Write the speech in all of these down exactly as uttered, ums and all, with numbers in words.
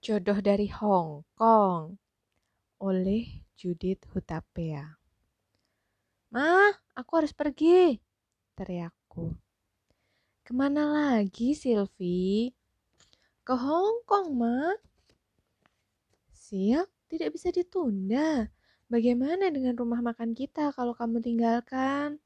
Jodoh dari Hong Kong oleh Judith Hutapea. "Ma, aku harus pergi," teriakku. "Kemana lagi, Sylvie?" "Ke Hong Kong, Ma." "Sil, tidak bisa ditunda. Bagaimana dengan rumah makan kita kalau kamu tinggalkan?"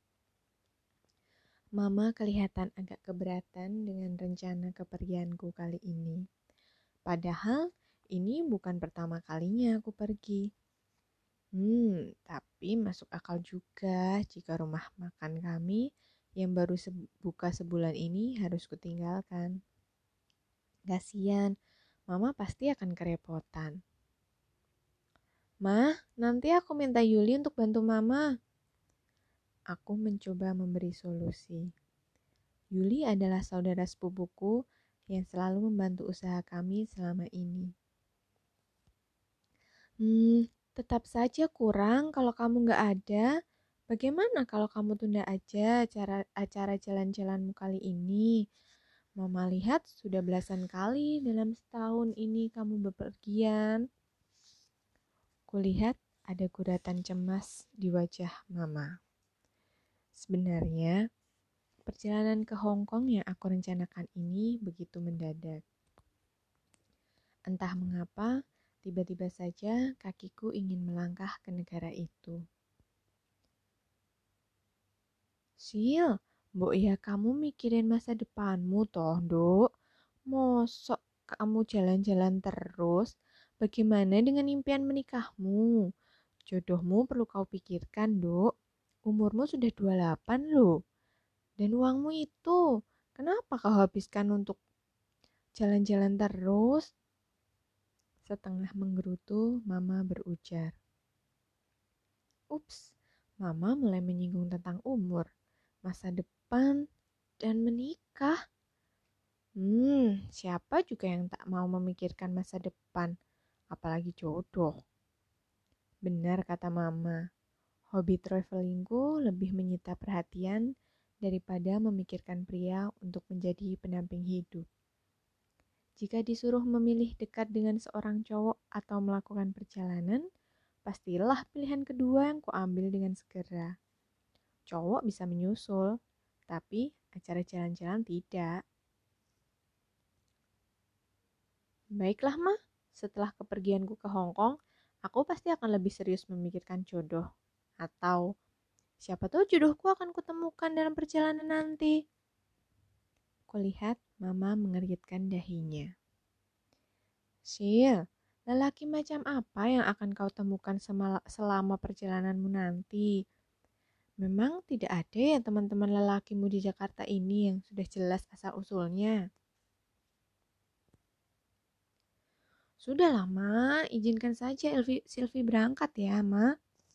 Mama kelihatan agak keberatan dengan rencana kepergianku kali ini. Padahal ini bukan pertama kalinya aku pergi. Hmm, tapi masuk akal juga jika rumah makan kami yang baru se- buka sebulan ini harus kutinggalkan. Kasian, Mama pasti akan kerepotan. "Mah, nanti aku minta Yuli untuk bantu Mama." Aku mencoba memberi solusi. Yuli adalah saudara sepupuku yang selalu membantu usaha kami selama ini. Hmm, tetap saja kurang kalau kamu nggak ada. Bagaimana kalau kamu tunda aja acara, acara jalan-jalanmu kali ini? Mama lihat sudah belasan kali dalam setahun ini kamu bepergian. Kulihat ada guratan cemas di wajah Mama. Sebenarnya, perjalanan ke Hong Kong yang aku rencanakan ini begitu mendadak. Entah mengapa, tiba-tiba saja kakiku ingin melangkah ke negara itu. "Sil, mbok ya kamu mikirin masa depanmu toh, Dok. Mosok kamu jalan-jalan terus? Bagaimana dengan impian menikahmu? Jodohmu perlu kau pikirkan, Dok. Umurmu sudah dua puluh delapan loh. Dan uangmu itu, kenapa kau habiskan untuk jalan-jalan terus?" Setengah menggerutu, Mama berujar. Ups, Mama mulai menyinggung tentang umur, masa depan, dan menikah. Hmm, siapa juga yang tak mau memikirkan masa depan, apalagi jodoh. Benar kata Mama, hobi travelingku lebih menyita perhatian daripada memikirkan pria untuk menjadi pendamping hidup. Jika disuruh memilih dekat dengan seorang cowok atau melakukan perjalanan, pastilah pilihan kedua yang kuambil dengan segera. Cowok bisa menyusul, tapi acara jalan-jalan tidak. Baiklah, Ma. Setelah kepergianku ke Hong Kong, aku pasti akan lebih serius memikirkan jodoh. Atau, siapa tahu jodohku akan kutemukan dalam perjalanan nanti. Kulihat Mama mengerutkan dahinya. "Sil, lelaki macam apa yang akan kau temukan selama perjalananmu nanti? Memang tidak ada ya teman-teman lelakimu di Jakarta ini yang sudah jelas asal-usulnya?" "Sudahlah, Ma. Izinkan saja Sylvie berangkat ya, Ma.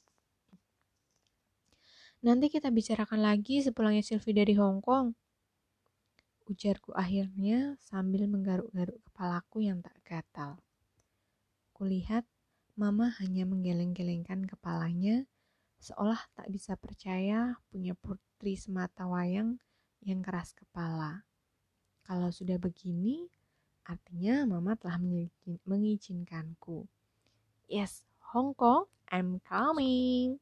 Nanti kita bicarakan lagi sepulangnya Sylvie dari Hong Kong," ujarku akhirnya sambil menggaruk-garuk kepalaku yang tak gatal. Kulihat Mama hanya menggeleng-gelengkan kepalanya, seolah tak bisa percaya punya putri semata wayang yang keras kepala. Kalau sudah begini, artinya Mama telah mengizinkanku. Yes, Hong Kong, I'm coming.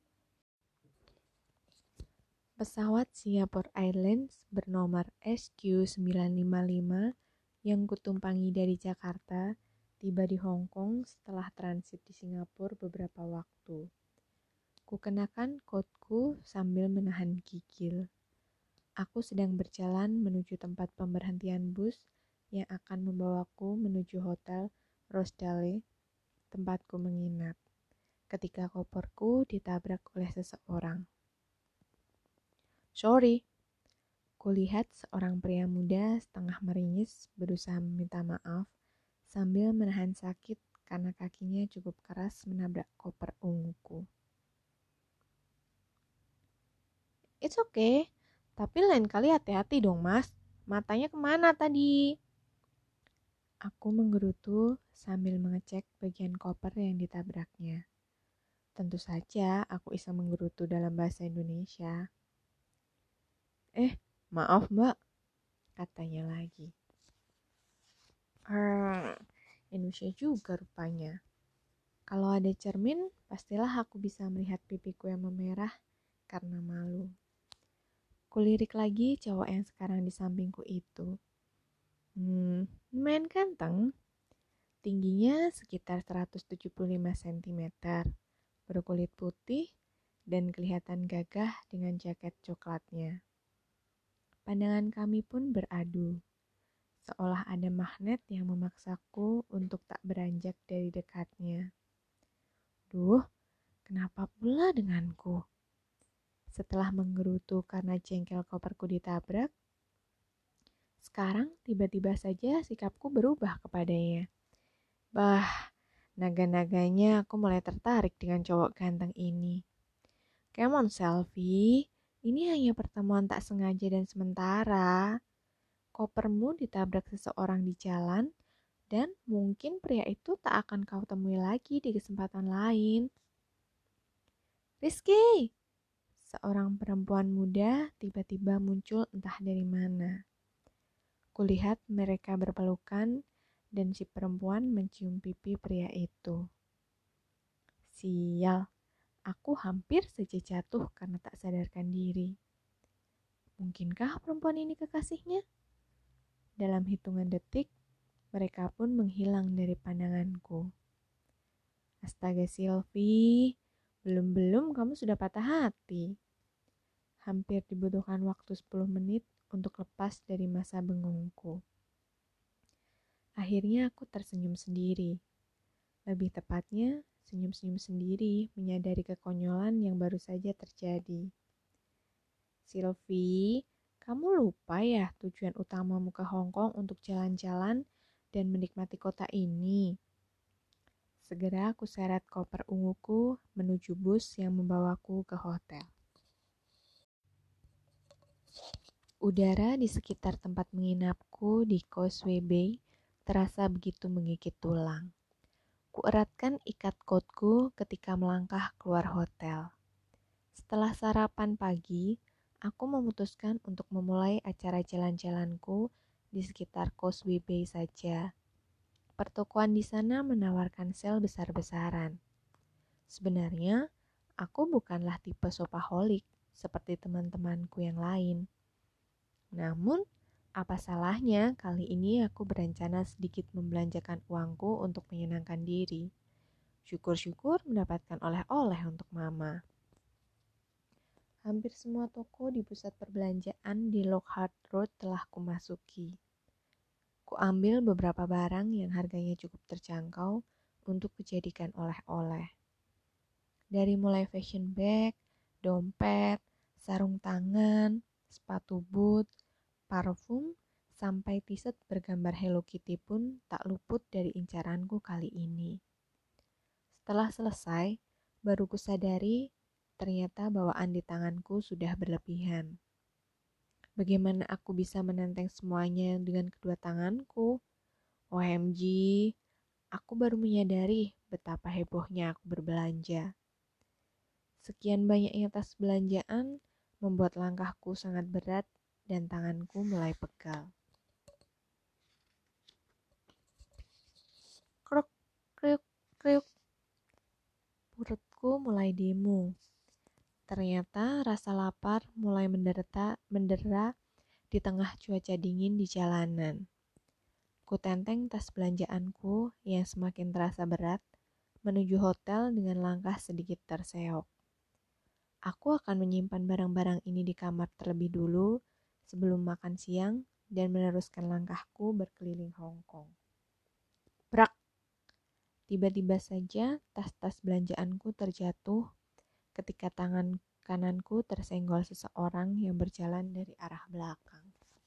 Pesawat Singapore Airlines bernomor S Q sembilan lima lima yang kutumpangi dari Jakarta tiba di Hong Kong setelah transit di Singapura beberapa waktu. Kukenakan coatku sambil menahan gigil. Aku sedang berjalan menuju tempat pemberhentian bus yang akan membawaku menuju hotel Rosedale, tempatku menginap, ketika koperku ditabrak oleh seseorang. "Sorry." Kulihat seorang pria muda setengah meringis berusaha meminta maaf sambil menahan sakit karena kakinya cukup keras menabrak koper unguku. "It's okay, tapi lain kali hati-hati dong, Mas. Matanya kemana tadi?" Aku menggerutu sambil mengecek bagian koper yang ditabraknya. Tentu saja aku bisa menggerutu dalam bahasa Indonesia. "Eh, maaf Mbak," katanya lagi. "Hmm, Indonesia juga rupanya. Kalau ada cermin, pastilah aku bisa melihat pipiku yang memerah karena malu. Kulirik lagi cowok yang sekarang di sampingku itu. Hmm, lumayan ganteng. Tingginya sekitar seratus tujuh puluh lima sentimeter, berkulit putih, dan kelihatan gagah dengan jaket coklatnya. Pandangan kami pun beradu, seolah ada magnet yang memaksaku untuk tak beranjak dari dekatnya. Duh, kenapa pula denganku? Setelah menggerutu karena jengkel koperku ditabrak, sekarang tiba-tiba saja sikapku berubah kepadanya. Bah, naga-naganya aku mulai tertarik dengan cowok ganteng ini. Come on, Selfie. Ini hanya pertemuan tak sengaja dan sementara. Kopermu ditabrak seseorang di jalan, dan mungkin pria itu tak akan kau temui lagi di kesempatan lain. Rizky! Seorang perempuan muda tiba-tiba muncul entah dari mana. Kulihat mereka berpelukan dan si perempuan mencium pipi pria itu. Sial, aku hampir saja jatuh karena tak sadarkan diri. Mungkinkah perempuan ini kekasihnya? Dalam hitungan detik, mereka pun menghilang dari pandanganku. Astaga Sylvie, belum-belum kamu sudah patah hati. Hampir dibutuhkan waktu sepuluh menit untuk lepas dari masa bengongku. Akhirnya aku tersenyum sendiri. Lebih tepatnya, senyum-senyum sendiri menyadari kekonyolan yang baru saja terjadi. Sylvie, kamu lupa ya tujuan utamamu ke Hong Kong untuk jalan-jalan dan menikmati kota ini? Segera aku seret koper unguku menuju bus yang membawaku ke hotel. Udara di sekitar tempat menginapku di Causeway Bay terasa begitu menggigit tulang. Kueratkan ikat kotku ketika melangkah keluar hotel. Setelah sarapan pagi, aku memutuskan untuk memulai acara jalan-jalanku di sekitar Causeway Bay saja. Pertokoan di sana menawarkan sel besar-besaran. Sebenarnya, aku bukanlah tipe shopaholic seperti teman-temanku yang lain. Namun, apa salahnya kali ini aku berencana sedikit membelanjakan uangku untuk menyenangkan diri. Syukur-syukur mendapatkan oleh-oleh untuk mama. Hampir semua toko di pusat perbelanjaan di Lockhart Road telah kumasuki. Kuambil beberapa barang yang harganya cukup terjangkau untuk dijadikan oleh-oleh. Dari mulai fashion bag, dompet, sarung tangan, sepatu boot, parfum, sampai t-shirt bergambar Hello Kitty pun tak luput dari incaranku kali ini. Setelah selesai, baru kusadari ternyata bawaan di tanganku sudah berlebihan. Bagaimana aku bisa menenteng semuanya dengan kedua tanganku? O M G, aku baru menyadari betapa hebohnya aku berbelanja. Sekian banyaknya tas belanjaan membuat langkahku sangat berat dan tanganku mulai pegal. Kruk, kriuk, kriuk. Perutku mulai demu. Ternyata rasa lapar mulai menderita, mendera di tengah cuaca dingin di jalanan. Kutenteng tas belanjaanku yang semakin terasa berat menuju hotel dengan langkah sedikit terseok. Aku akan menyimpan barang-barang ini di kamar terlebih dulu sebelum makan siang dan meneruskan langkahku berkeliling Hong Kong. Brak! Tiba-tiba saja tas-tas belanjaanku terjatuh ketika tangan kananku tersenggol seseorang yang berjalan dari arah belakang.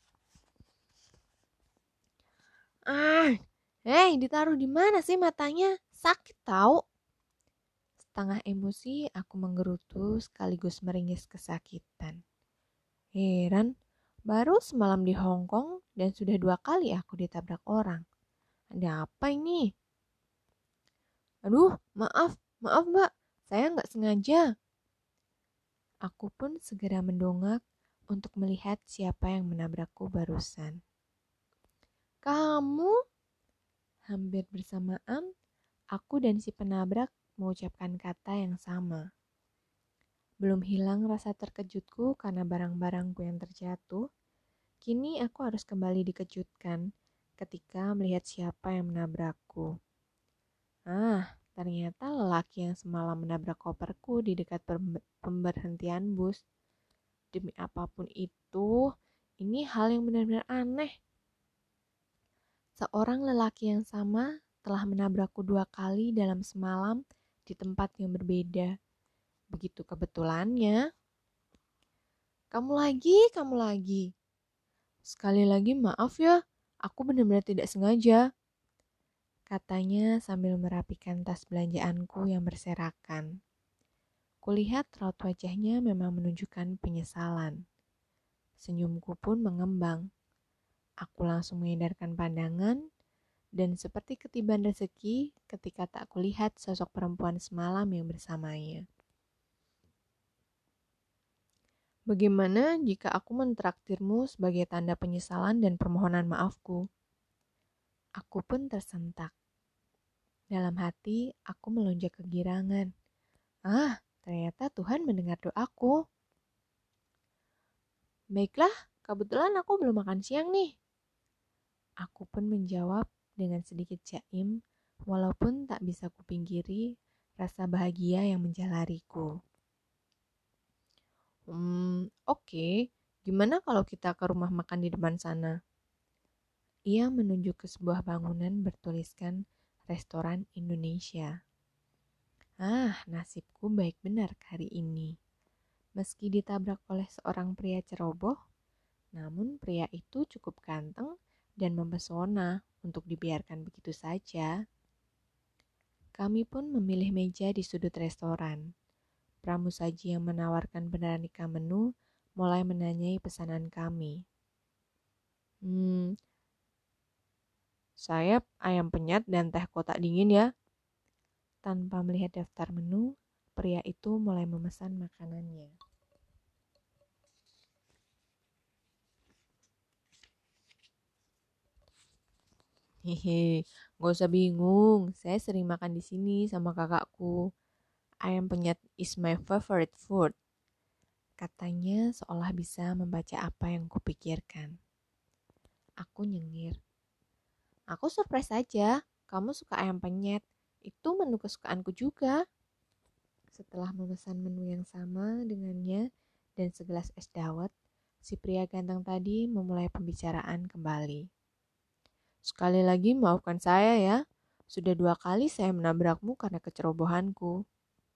Ah, hei, ditaruh di mana sih matanya? Sakit tau. Setengah emosi aku menggerutu sekaligus meringis kesakitan. Heran, baru semalam di Hong Kong dan sudah dua kali aku ditabrak orang. Ada apa ini? Aduh, maaf, maaf mbak, saya nggak sengaja. Aku pun segera mendongak untuk melihat siapa yang menabrakku barusan. Kamu? Hampir bersamaan, aku dan si penabrak mengucapkan kata yang sama. Belum hilang rasa terkejutku karena barang-barangku yang terjatuh. Kini aku harus kembali dikejutkan ketika melihat siapa yang menabrakku. Ah, ternyata lelaki yang semalam menabrak koperku di dekat pemberhentian bus. Demi apapun itu, ini hal yang benar-benar aneh. Seorang lelaki yang sama telah menabrakku dua kali dalam semalam di tempat yang berbeda. Begitu kebetulannya. Kamu lagi, kamu lagi. Sekali lagi maaf ya, aku benar-benar tidak sengaja. Katanya sambil merapikan tas belanjaanku yang berserakan. Kulihat raut wajahnya memang menunjukkan penyesalan. Senyumku pun mengembang. Aku langsung mengedarkan pandangan, dan seperti ketiban rezeki ketika tak kulihat sosok perempuan semalam yang bersamanya. Bagaimana jika aku mentraktirmu sebagai tanda penyesalan dan permohonan maafku? Aku pun tersentak. Dalam hati, aku melonjak kegirangan. Ah, ternyata Tuhan mendengar doaku. Baiklah, kebetulan aku belum makan siang nih. Aku pun menjawab dengan sedikit jaim, walaupun tak bisa kupingkiri rasa bahagia yang menjalariku. Hmm, oke. Okay. Gimana kalau kita ke rumah makan di depan sana? Ia menunjuk ke sebuah bangunan bertuliskan Restoran Indonesia. Ah, nasibku baik benar hari ini. Meski ditabrak oleh seorang pria ceroboh, namun pria itu cukup ganteng dan mempesona untuk dibiarkan begitu saja. Kami pun memilih meja di sudut restoran. Pramusaji yang menawarkan beraneka menu mulai menanyai pesanan kami. Hmm, saya ayam penyet dan teh kotak dingin ya. Tanpa melihat daftar menu, pria itu mulai memesan makanannya. Hehe, gak usah bingung. Saya sering makan di sini sama kakakku. Ayam penyet is my favorite food. Katanya seolah bisa membaca apa yang kupikirkan. Aku nyengir. Aku surprise saja, kamu suka ayam penyet. Itu menu kesukaanku juga. Setelah memesan menu yang sama dengannya dan segelas es dawet, si pria ganteng tadi memulai pembicaraan kembali. Sekali lagi maafkan saya ya, sudah dua kali saya menabrakmu karena kecerobohanku.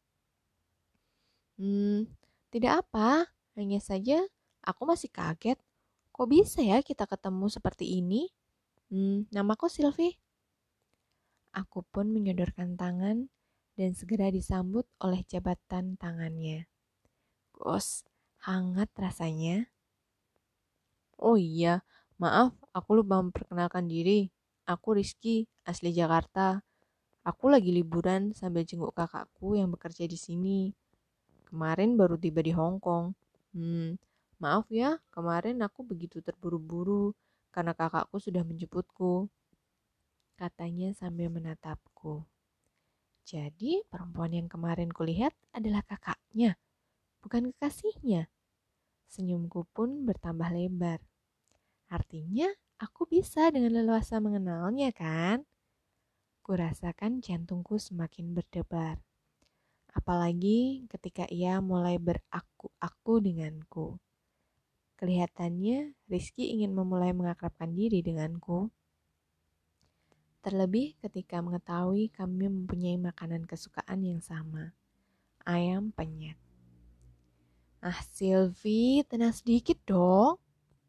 Hmm, tidak apa, hanya saja aku masih kaget. Kok bisa ya kita ketemu seperti ini? Hmm, namaku Sylvie. Aku pun menyodorkan tangan dan segera disambut oleh jabatan tangannya. Gos, hangat rasanya. Oh iya, maaf, aku lupa memperkenalkan diri. Aku Rizky, asli Jakarta. Aku lagi liburan sambil jenguk kakakku yang bekerja di sini. Kemarin baru tiba di Hong Kong. Hmm, maaf ya, kemarin aku begitu terburu-buru karena kakakku sudah menjemputku. Katanya sambil menatapku. Jadi perempuan yang kemarin kulihat adalah kakaknya, bukan kekasihnya. Senyumku pun bertambah lebar. Artinya aku bisa dengan leluasa mengenalnya kan? Kurasakan jantungku semakin berdebar. Apalagi ketika ia mulai beraku-aku denganku. Kelihatannya Rizky ingin memulai mengakrabkan diri denganku. Terlebih ketika mengetahui kami mempunyai makanan kesukaan yang sama. Ayam penyet. Ah Sylvie, tenang sedikit dong.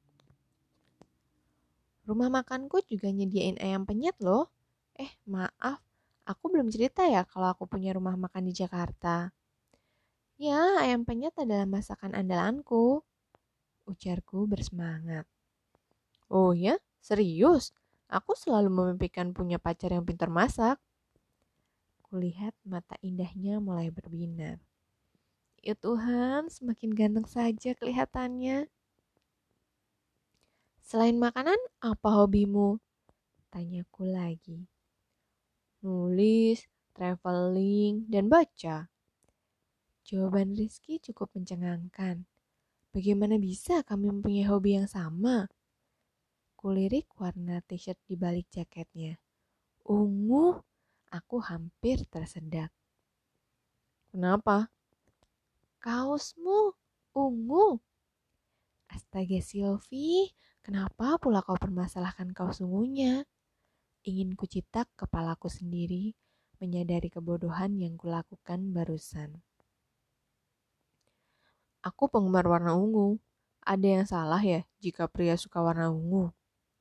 Rumah makanku juga nyediain ayam penyet loh. Eh maaf, aku belum cerita ya kalau aku punya rumah makan di Jakarta. Ya, ayam penyet adalah masakan andalanku. Ujarku bersemangat. Oh ya, serius? Aku selalu memimpikan punya pacar yang pintar masak. Kulihat mata indahnya mulai berbinar. Ya Tuhan, semakin ganteng saja kelihatannya. Selain makanan, apa hobimu? Tanyaku lagi. nulis, traveling, dan baca. Jawaban Rizky cukup mencengangkan. Bagaimana bisa kami mempunyai hobi yang sama? Kulirik warna t-shirt di balik jaketnya. Ungu, aku hampir tersedak. Kenapa? Kaosmu ungu. Astaga Sylvie, kenapa pula kau permasalahkan kaos ungunya? Ingin kucitak kepalaku sendiri, menyadari kebodohan yang kulakukan barusan. Aku penggemar warna ungu. Ada yang salah ya jika pria suka warna ungu?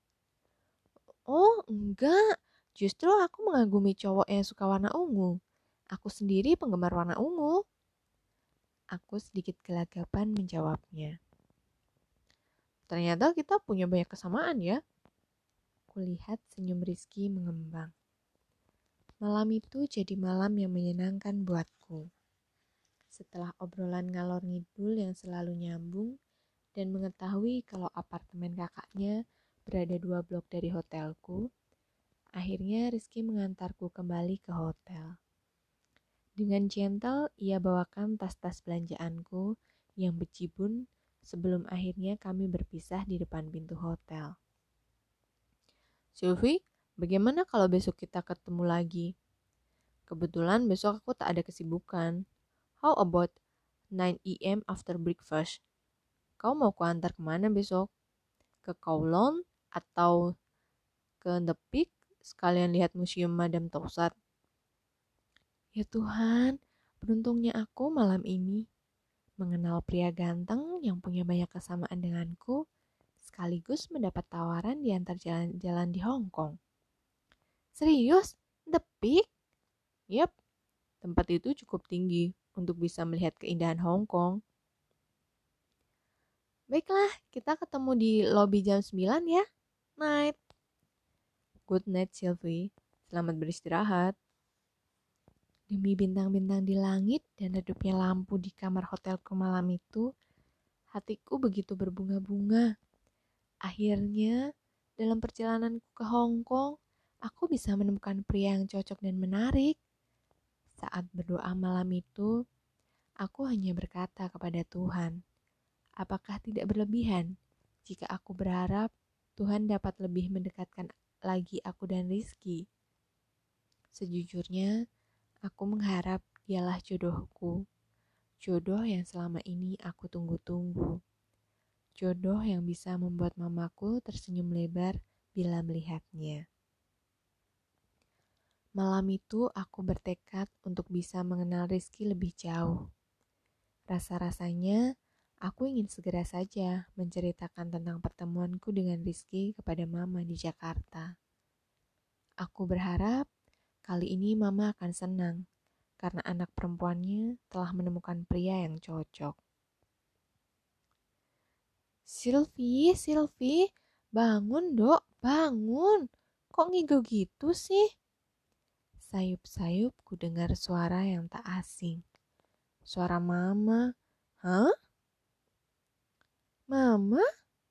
Oh, enggak. Justru aku mengagumi cowok yang suka warna ungu. Aku sendiri penggemar warna ungu. Aku sedikit gelagapan menjawabnya. Ternyata kita punya banyak kesamaan ya. Kulihat senyum Rizky mengembang. Malam itu jadi malam yang menyenangkan buatku. Setelah obrolan ngalor ngidul yang selalu nyambung dan mengetahui kalau apartemen kakaknya berada dua blok dari hotelku, akhirnya Rizky mengantarku kembali ke hotel. Dengan gentle, ia bawakan tas-tas belanjaanku yang bejibun sebelum akhirnya kami berpisah di depan pintu hotel. Sylvie, bagaimana kalau besok kita ketemu lagi? Kebetulan besok aku tak ada kesibukan. How about nine a m after breakfast? Kau mau kuantar kemana besok? Ke Kowloon atau ke The Peak sekalian lihat museum Madame Tussauds? Ya Tuhan, beruntungnya aku malam ini mengenal pria ganteng yang punya banyak kesamaan denganku, sekaligus mendapat tawaran di antar jalan-jalan di Hong Kong. Serius? The Peak? Yap, tempat itu cukup tinggi untuk bisa melihat keindahan Hong Kong. Baiklah, kita ketemu di lobi jam sembilan ya. Night. Good night, Sylvie. Selamat beristirahat. Demi bintang-bintang di langit dan redupnya lampu di kamar hotelku malam itu, hatiku begitu berbunga-bunga. Akhirnya, dalam perjalananku ke Hong Kong, aku bisa menemukan pria yang cocok dan menarik. Saat berdoa malam itu, aku hanya berkata kepada Tuhan, apakah tidak berlebihan jika aku berharap Tuhan dapat lebih mendekatkan lagi aku dan Rizky? Sejujurnya, aku mengharap dialah jodohku, jodoh yang selama ini aku tunggu-tunggu, jodoh yang bisa membuat mamaku tersenyum lebar bila melihatnya. Malam itu aku bertekad untuk bisa mengenal Rizky lebih jauh. Rasa-rasanya aku ingin segera saja menceritakan tentang pertemuanku dengan Rizky kepada mama di Jakarta. Aku berharap kali ini mama akan senang karena anak perempuannya telah menemukan pria yang cocok. Sylvie, Sylvie, bangun dok, bangun. Kok ngigo gitu sih? Sayup-sayup ku dengar suara yang tak asing. Suara mama. Hah? Mama?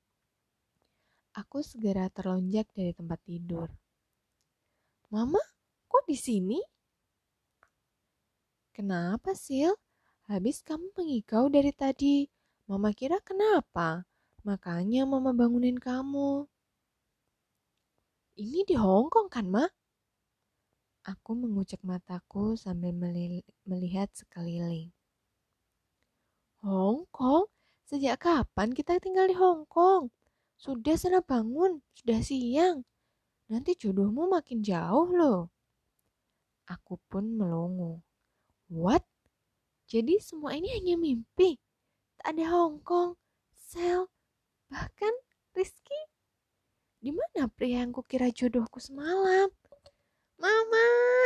Aku segera terlonjak dari tempat tidur. Mama, kok di sini? Kenapa, Sil? Habis kamu mengigau dari tadi. Mama kira kenapa? Makanya Mama bangunin kamu. Ini di Hong Kong kan, Ma? Aku mengucek mataku sambil melihat sekeliling. Hong Kong? Sejak kapan kita tinggal di Hong Kong? Sudah sana bangun, sudah siang. Nanti jodohmu makin jauh loh. Aku pun melongo. What? Jadi semua ini hanya mimpi? Tak ada Hong Kong, Sel, bahkan Rizky? Di mana pria yang kukira jodohku semalam? Mama!